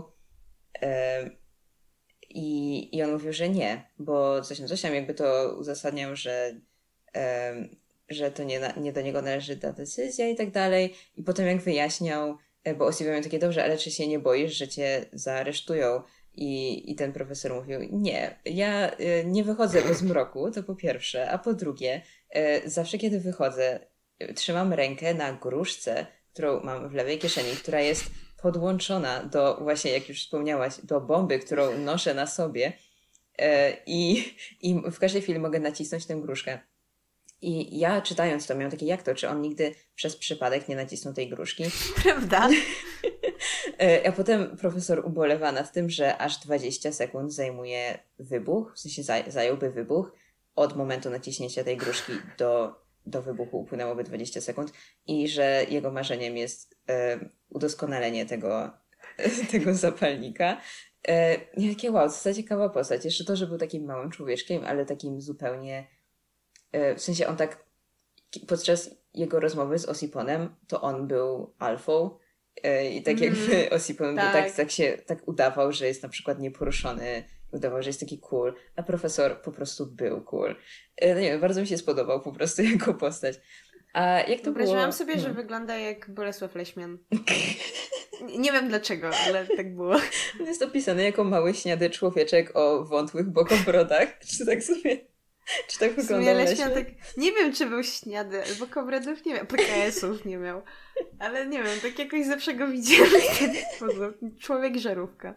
I, I on mówił, że nie, bo coś tam, coś tam jakby to uzasadniał, że, um, że to nie, na, nie do niego należy ta decyzja i tak dalej. I potem jak wyjaśniał, bo Osip miał takie, dobrze, ale czy się nie boisz, że cię zaaresztują? I, i ten profesor mówił, nie, ja y, nie wychodzę bez mroku, to po pierwsze, a po drugie, y, zawsze kiedy wychodzę, y, trzymam rękę na gruszce, którą mam w lewej kieszeni, która jest podłączona do, właśnie jak już wspomniałaś, do bomby, którą noszę na sobie e, i, i w każdej chwili mogę nacisnąć tę gruszkę. I ja czytając to miałam takie, jak to, czy on nigdy przez przypadek nie nacisnął tej gruszki? Prawda? e, a potem profesor ubolewa nad tym, że aż dwadzieścia sekund zajmuje wybuch, w sensie zaj- zająłby wybuch od momentu naciśnięcia tej gruszki do, do wybuchu upłynęłoby dwadzieścia sekund i że jego marzeniem jest e, udoskonalenie tego, tego zapalnika. E, I takie wow, to za ciekawa postać. Jeszcze to, że był takim małym człowieczkiem, ale takim zupełnie e, w sensie on tak podczas jego rozmowy z Osiponem, to on był alfą e, i tak jakby mm, Osipon tak. tak, tak się tak udawał, że jest na przykład nieporuszony, udawał, że jest taki cool, a profesor po prostu był cool. E, no nie wiem, bardzo mi się spodobał po prostu jako postać. A jak to Wyobrażałam było? sobie, że hmm. wygląda jak Bolesław Leśmian. Nie wiem dlaczego, ale tak było. Jest opisany jako mały, śniady człowieczek o wątłych bokobrodach. Czy tak sobie... Czy tak wygląda Leśmian? Tak, nie wiem, czy był śniady. Bokobrodów nie miał. P K S-ów nie miał. Ale nie wiem, tak jakoś zawsze go widziałam w ten sposób. Człowiek żarówka.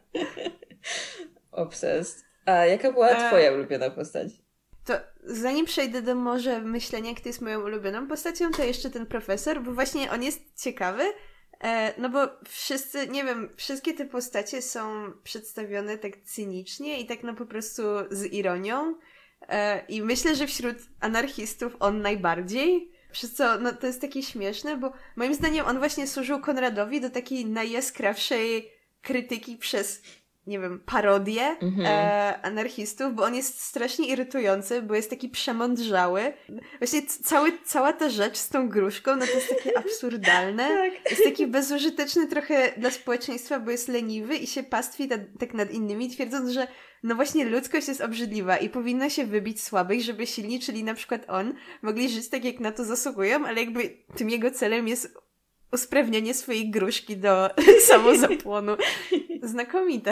Obsessed. A jaka była A... twoja ulubiona postać? To zanim przejdę do może myślenia, kto jest moją ulubioną postacią, to jeszcze ten profesor, bo właśnie on jest ciekawy, e, no bo wszyscy, nie wiem, wszystkie te postacie są przedstawione tak cynicznie i tak no po prostu z ironią e, i myślę, że wśród anarchistów on najbardziej, przez co no to jest takie śmieszne, bo moim zdaniem on właśnie służył Konradowi do takiej najjaskrawszej krytyki przez nie wiem, parodię mm-hmm. e, anarchistów, bo on jest strasznie irytujący, bo jest taki przemądrzały. Właśnie c- cały, cała ta rzecz z tą gruszką, no to jest takie absurdalne. Tak. Jest taki bezużyteczny trochę dla społeczeństwa, bo jest leniwy i się pastwi nad, tak nad innymi, twierdząc, że no właśnie ludzkość jest obrzydliwa i powinno się wybić słabych, żeby silni, czyli na przykład on, mogli żyć tak, jak na to zasługują, ale jakby tym jego celem jest usprawnienie swojej gruszki do samozapłonu. Znakomite.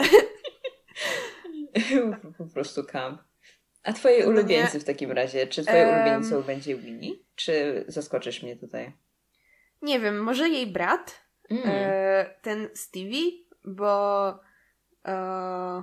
Po prostu camp. A twoje no ulubieńcy nie. w takim razie? Czy twoje um, ulubieńcą będzie Winnie? Czy zaskoczysz mnie tutaj? Nie wiem, może jej brat? Mm. E, ten Stevie? Bo e,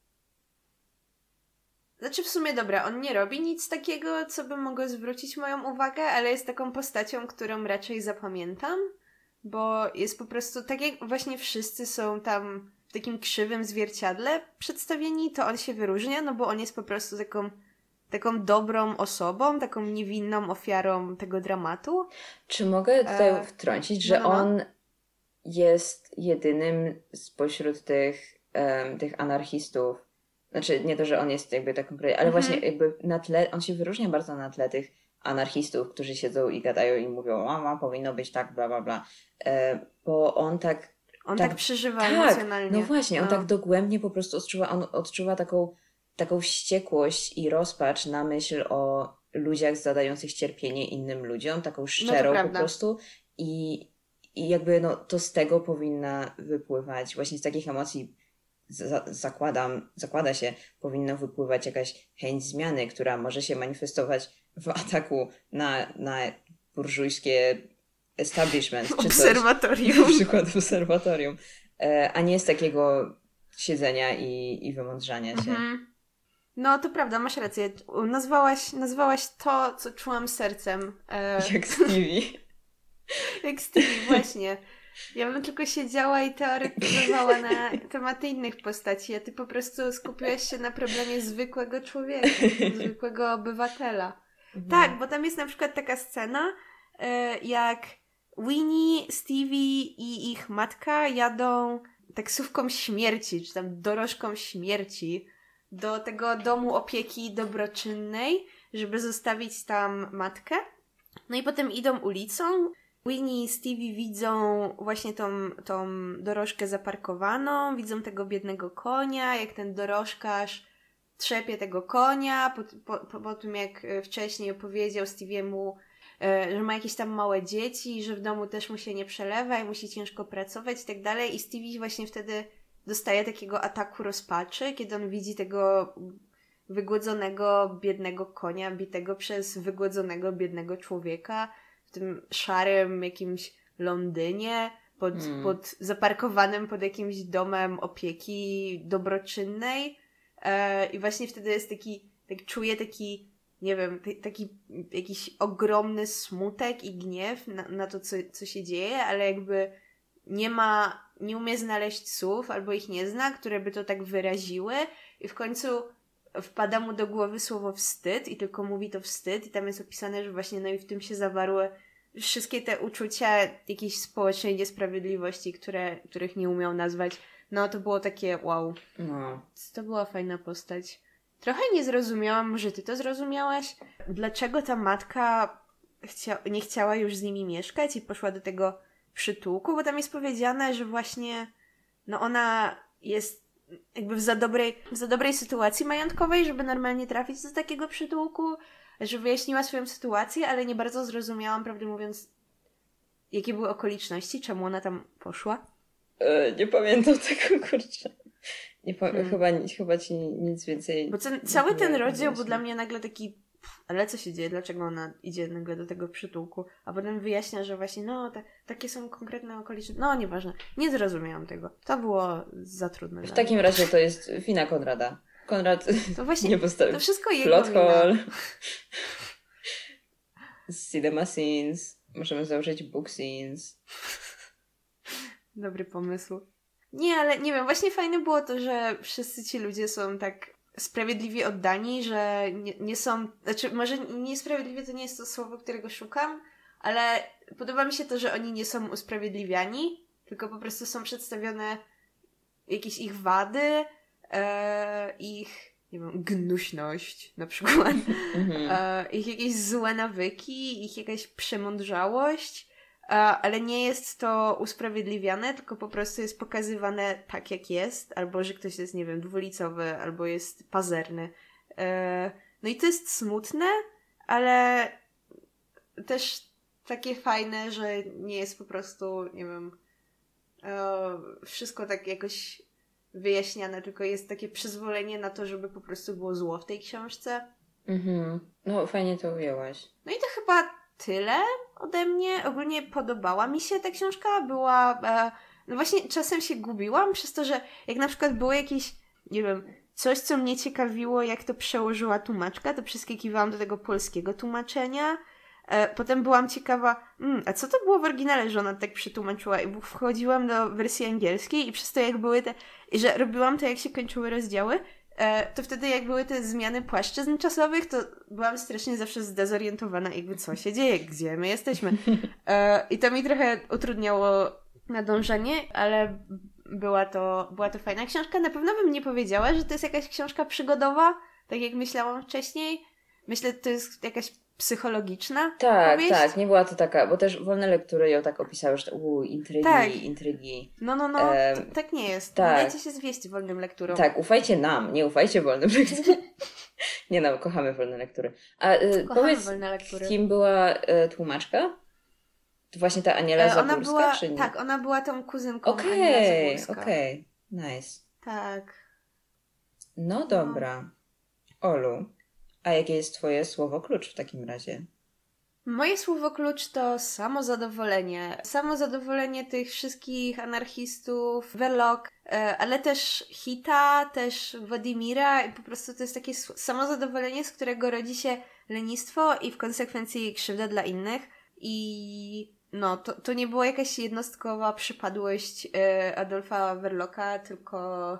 znaczy w sumie dobra, on nie robi nic takiego, co by mogło zwrócić moją uwagę, ale jest taką postacią, którą raczej zapamiętam. Bo jest po prostu, tak jak właśnie wszyscy są tam w takim krzywym zwierciadle przedstawieni, to on się wyróżnia, no bo on jest po prostu taką, taką dobrą osobą, taką niewinną ofiarą tego dramatu. Czy mogę tutaj e... wtrącić, że no, no. on jest jedynym spośród tych, um, tych anarchistów, znaczy nie to, że on jest jakby taką, ale mhm. właśnie jakby na tle, on się wyróżnia bardzo na tle tych anarchistów, którzy siedzą i gadają i mówią, mama, powinno być tak, bla, bla, bla. E, bo on tak... On tak, tak przeżywa tak, emocjonalnie. No właśnie, on no. tak dogłębnie po prostu odczuwa, on odczuwa taką, taką wściekłość i rozpacz na myśl o ludziach zadających cierpienie innym ludziom, taką szczerą no po prostu i, i jakby no to z tego powinna wypływać, właśnie z takich emocji za, zakładam, zakłada się, powinna wypływać jakaś chęć zmiany, która może się manifestować w ataku na, na burżujskie establishment. Czy obserwatorium. Coś, na przykład obserwatorium. A nie z takiego siedzenia i, i wymądrzania się. Mhm. No, to prawda, masz rację. Nazwałaś, nazwałaś to, co czułam sercem. E... Jak Stevie. Jak Stevie, właśnie. Ja bym tylko siedziała i teoretyzowała na tematy innych postaci, a ty po prostu skupiłaś się na problemie zwykłego człowieka, zwykłego obywatela. Mhm. Tak, bo tam jest na przykład taka scena, e, jak Winnie, Stevie i ich matka jadą taksówką śmierci, czy tam dorożką śmierci do tego domu opieki dobroczynnej, żeby zostawić tam matkę. No i potem idą ulicą. Winnie i Stevie widzą właśnie tą, tą dorożkę zaparkowaną, widzą tego biednego konia, jak ten dorożkarz trzepie tego konia, po, po, po, po tym jak wcześniej opowiedział Stevie'emu, e, że ma jakieś tam małe dzieci, że w domu też mu się nie przelewa i musi ciężko pracować i tak dalej. I Stevie właśnie wtedy dostaje takiego ataku rozpaczy, kiedy on widzi tego wygłodzonego, biednego konia bitego przez wygłodzonego, biednego człowieka w tym szarym jakimś Londynie, pod, hmm. pod zaparkowanym pod jakimś domem opieki dobroczynnej. E, I właśnie wtedy jest taki, tak czuję taki, nie wiem, t- taki jakiś ogromny smutek i gniew na, na to, co, co się dzieje, ale jakby nie ma, nie umie znaleźć słów, albo ich nie zna, które by to tak wyraziły i w końcu wpada mu do głowy słowo wstyd i tylko mówi to wstyd i tam jest opisane, że właśnie no i w tym się zawarły wszystkie te uczucia jakiejś społecznej niesprawiedliwości, które, których nie umiał nazwać. No to było takie wow. No. To była fajna postać. Trochę nie zrozumiałam, może ty to zrozumiałaś, dlaczego ta matka chcia- nie chciała już z nimi mieszkać i poszła do tego przytułku, bo tam jest powiedziane, że właśnie no ona jest jakby w za dobrej, w za dobrej sytuacji majątkowej, żeby normalnie trafić do takiego przytułku, że wyjaśniła swoją sytuację, ale nie bardzo zrozumiałam, prawdę mówiąc, jakie były okoliczności, czemu ona tam poszła. E, nie pamiętam tego, kurczę. Nie pa- hmm. chyba, chyba ci nic więcej... Bo ten, cały ten rozdział był dla mnie nagle taki pff, ale co się dzieje? Dlaczego ona idzie nagle do tego przytułku? A potem wyjaśnia, że właśnie no, ta, takie są konkretne okoliczności. No, nieważne. Nie zrozumiałam tego. To było za trudne. W takim razie to jest wina Konrada. Konrad to właśnie, nie postawił. To wszystko jego Plot wina. hole. Cinema scenes. Możemy założyć book scenes. Dobry pomysł. Nie, ale nie wiem, właśnie fajne było to, że wszyscy ci ludzie są tak sprawiedliwie oddani, że nie, nie są, znaczy może niesprawiedliwie to nie jest to słowo, którego szukam, ale podoba mi się to, że oni nie są usprawiedliwiani, tylko po prostu są przedstawione jakieś ich wady, e, ich, nie wiem, gnuśność na przykład, mm-hmm. e, ich jakieś złe nawyki, ich jakaś przemądrzałość, ale nie jest to usprawiedliwiane, tylko po prostu jest pokazywane tak, jak jest, albo że ktoś jest, nie wiem, dwulicowy, albo jest pazerny. No i to jest smutne, ale też takie fajne, że nie jest po prostu, nie wiem, wszystko tak jakoś wyjaśniane, tylko jest takie przyzwolenie na to, żeby po prostu było zło w tej książce. Mhm. No, fajnie to ujęłaś. No i to chyba tyle ode mnie. Ogólnie podobała mi się ta książka. Była... E, no właśnie czasem się gubiłam przez to, że jak na przykład było jakieś, nie wiem, coś, co mnie ciekawiło, jak to przełożyła tłumaczka, to przeskakiwałam do tego polskiego tłumaczenia. E, potem byłam ciekawa, mm, a co to było w oryginale, że ona tak przetłumaczyła? I wchodziłam do wersji angielskiej i przez to jak były te... I że robiłam to, jak się kończyły rozdziały, to wtedy jak były te zmiany płaszczyzn czasowych, to byłam strasznie zawsze zdezorientowana, jakby co się dzieje, gdzie my jesteśmy. I to mi trochę utrudniało nadążanie, ale była to, była to fajna książka. Na pewno bym nie powiedziała, że to jest jakaś książka przygodowa, tak jak myślałam wcześniej. Myślę, że to jest jakaś psychologiczna Tak, powieść. tak, nie była to taka, bo też wolne lektury ją tak opisały, że uuu, intrygi, tak. intrygi. No, no, no, um, t- tak nie jest. Tak. Nie dajcie się zwieść wolnym lekturom. Tak, ufajcie nam, nie ufajcie wolnym lekturom. Nie no, kochamy wolne lektury. A y, kochamy powiedz, wolne lektury. kim była y, tłumaczka? To właśnie ta Aniela e, Zabórska, ona była, czy nie? Tak, ona była tą kuzynką okay, Aniela Zabórska. Okej, okay, nice. Tak. No dobra. No. Olu, a jakie jest twoje słowo klucz w takim razie? Moje słowo klucz to samozadowolenie. Samozadowolenie tych wszystkich anarchistów, Verloc, ale też Hita, też Władimira i po prostu to jest takie samozadowolenie, z którego rodzi się lenistwo i w konsekwencji krzywda dla innych. I no, to, to nie była jakaś jednostkowa przypadłość Adolfa Verloc'a, tylko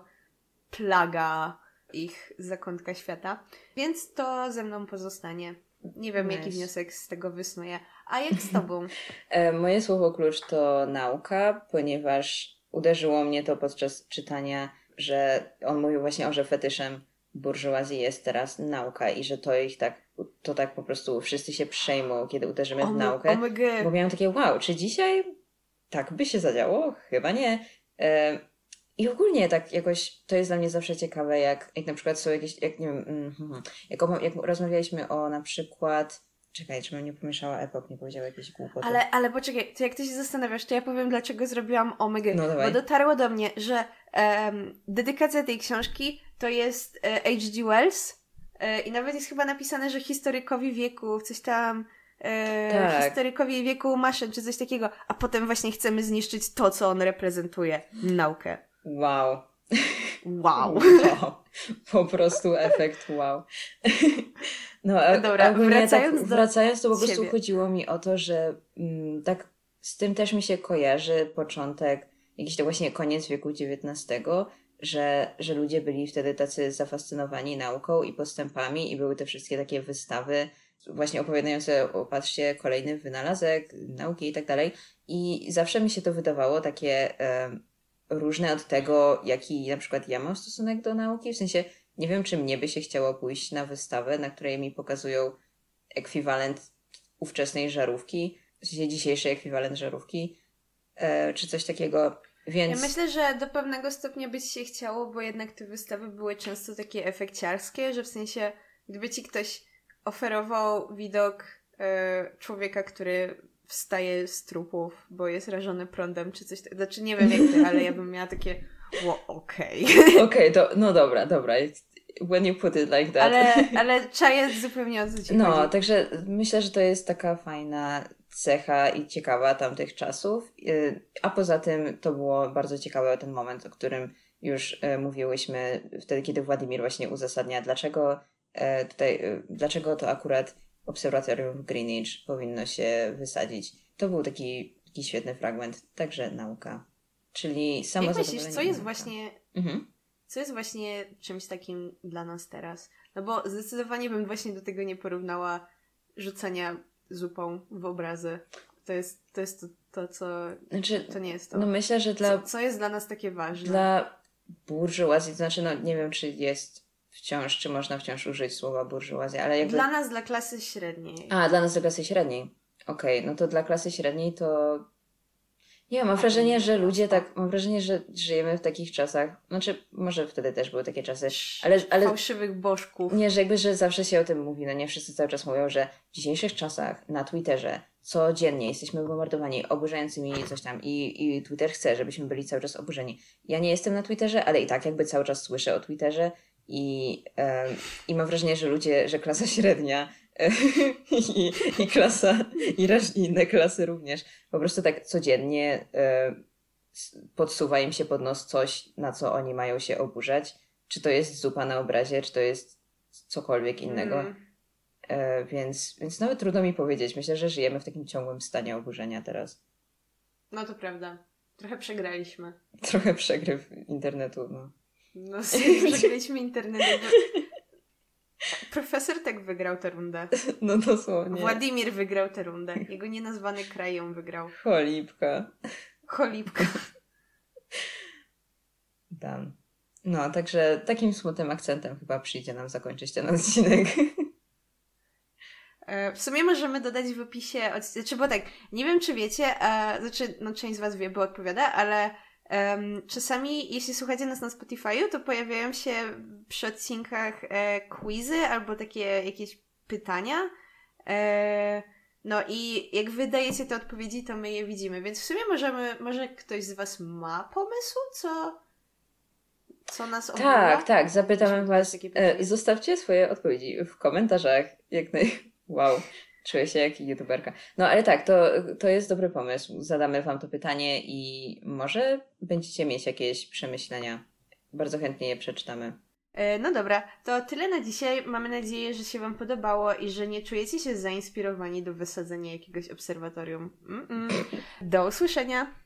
plaga ich zakątka świata. Więc to ze mną pozostanie. Nie wiem, nice. Jaki wniosek z tego wysnuję. A jak z tobą? e, moje słowo klucz to nauka, ponieważ uderzyło mnie to podczas czytania, że on mówił właśnie o, że fetyszem burżuazji jest teraz nauka i że to ich tak, to tak po prostu wszyscy się przejmą, kiedy uderzymy oh w my, naukę. Oh my God. Bo miałam takie, wow, czy dzisiaj tak by się zadziało? Chyba nie. E, I ogólnie tak jakoś to jest dla mnie zawsze ciekawe, jak, jak na przykład są jakieś, jak nie wiem, mm, jak, jak rozmawialiśmy o na przykład, czekaj, czy bym nie pomieszała epok, nie powiedziała jakieś głupoty. Ale, ale poczekaj, to jak ty się zastanawiasz, to ja powiem, dlaczego zrobiłam omega. No, bo dotarło do mnie, że um, dedykacja tej książki to jest e, H G Wells e, i nawet jest chyba napisane, że historykowi wieków, coś tam e, tak. historykowi wieku maszyn, czy coś takiego, a potem właśnie chcemy zniszczyć to, co on reprezentuje, naukę. Wow. Wow. wow. Po prostu efekt wow. No, a, dobra, wracając, tak, do wracając to po prostu ciebie. chodziło mi o to, że mm, tak z tym też mi się kojarzy początek, jakiś to właśnie koniec wieku dziewiętnastego, że, że ludzie byli wtedy tacy zafascynowani nauką i postępami i były te wszystkie takie wystawy właśnie opowiadające o, patrzcie, kolejny wynalazek, nauki i tak dalej. I zawsze mi się to wydawało takie e, różne od tego, jaki na przykład ja mam stosunek do nauki. W sensie nie wiem, czy mnie by się chciało pójść na wystawę, na której mi pokazują ekwiwalent ówczesnej żarówki, w sensie dzisiejszy ekwiwalent żarówki, e, czy coś takiego. Więc... Ja myślę, że do pewnego stopnia by ci się chciało, bo jednak te wystawy były często takie efekciarskie, że w sensie gdyby ci ktoś oferował widok e, człowieka, który wstaje z trupów, bo jest rażony prądem, czy coś takiego. Znaczy nie wiem jak ty, ale ja bym miała takie wow, okej. Okay. Okej, okay, no dobra, dobra. When you put it like that. Ale, ale czaję zupełnie o co ci No, chodzi. także myślę, że to jest taka fajna cecha i ciekawa tamtych czasów. A poza tym to było bardzo ciekawe ten moment, o którym już mówiłyśmy wtedy, kiedy Władimir właśnie uzasadnia, dlaczego tutaj, dlaczego to akurat obserwatorium w Greenwich powinno się wysadzić. To był taki, taki świetny fragment. Także nauka. Czyli samo Jak myślisz, co jest właśnie mhm. co jest właśnie czymś takim dla nas teraz? No bo zdecydowanie bym właśnie do tego nie porównała rzucania zupą w obrazy. To jest to, jest to, to co... Znaczy, to nie jest to. No myślę, że dla... Co, co jest dla nas takie ważne? Dla burżuazji, to znaczy, no nie wiem, czy jest wciąż, czy można wciąż użyć słowa burżuazja, ale jakby... Dla nas, dla klasy średniej. A, dla nas, dla klasy średniej. Okej, okay, no to dla klasy średniej to... Nie wiem, mam wrażenie, że ludzie tak... Mam wrażenie, że żyjemy w takich czasach... Znaczy, może wtedy też były takie czasy, ale... ale fałszywych bożków. Nie, że jakby, że zawsze się o tym mówi. No nie wszyscy cały czas mówią, że w dzisiejszych czasach na Twitterze codziennie jesteśmy bombardowani oburzającymi coś tam i, i Twitter chce, żebyśmy byli cały czas oburzeni. Ja nie jestem na Twitterze, ale i tak jakby cały czas słyszę o Twitterze i, um, i mam wrażenie, że ludzie, że klasa średnia i, i klasa, i, i inne klasy również po prostu tak codziennie um, podsuwa im się pod nos coś, na co oni mają się oburzać. Czy to jest zupa na obrazie, czy to jest cokolwiek innego. Mm. E, więc, więc nawet trudno mi powiedzieć. Myślę, że żyjemy w takim ciągłym stanie oburzenia teraz. No to prawda. Trochę przegraliśmy. Trochę przegryw internetu, no. No przegraliśmy internetu. Profesor tak wygrał tę rundę. No dosłownie. Władimir wygrał tę rundę. Jego nienazwany kraj ją wygrał. Cholipka. Cholipka. Dan. No, także takim smutnym akcentem chyba przyjdzie nam zakończyć ten odcinek. W sumie możemy dodać w opisie, od, znaczy, bo tak, nie wiem czy wiecie, a, znaczy, no część z was wie, bo odpowiada, ale um, czasami jeśli słuchacie nas na Spotify'u, to pojawiają się przy odcinkach e, quizy albo takie jakieś pytania. E, no i jak wy dajecie te odpowiedzi, to my je widzimy, więc w sumie możemy, może ktoś z was ma pomysł, co, co nas obywa? Tak, tak, zapytamy was, e, zostawcie swoje odpowiedzi w komentarzach, jak naj... Wow, czuję się jak youtuberka. No ale tak, to, to jest dobry pomysł. Zadamy wam to pytanie i może będziecie mieć jakieś przemyślenia. Bardzo chętnie je przeczytamy. No dobra, to tyle na dzisiaj. Mamy nadzieję, że się wam podobało i że nie czujecie się zainspirowani do wysadzenia jakiegoś obserwatorium. Mm-mm. Do usłyszenia!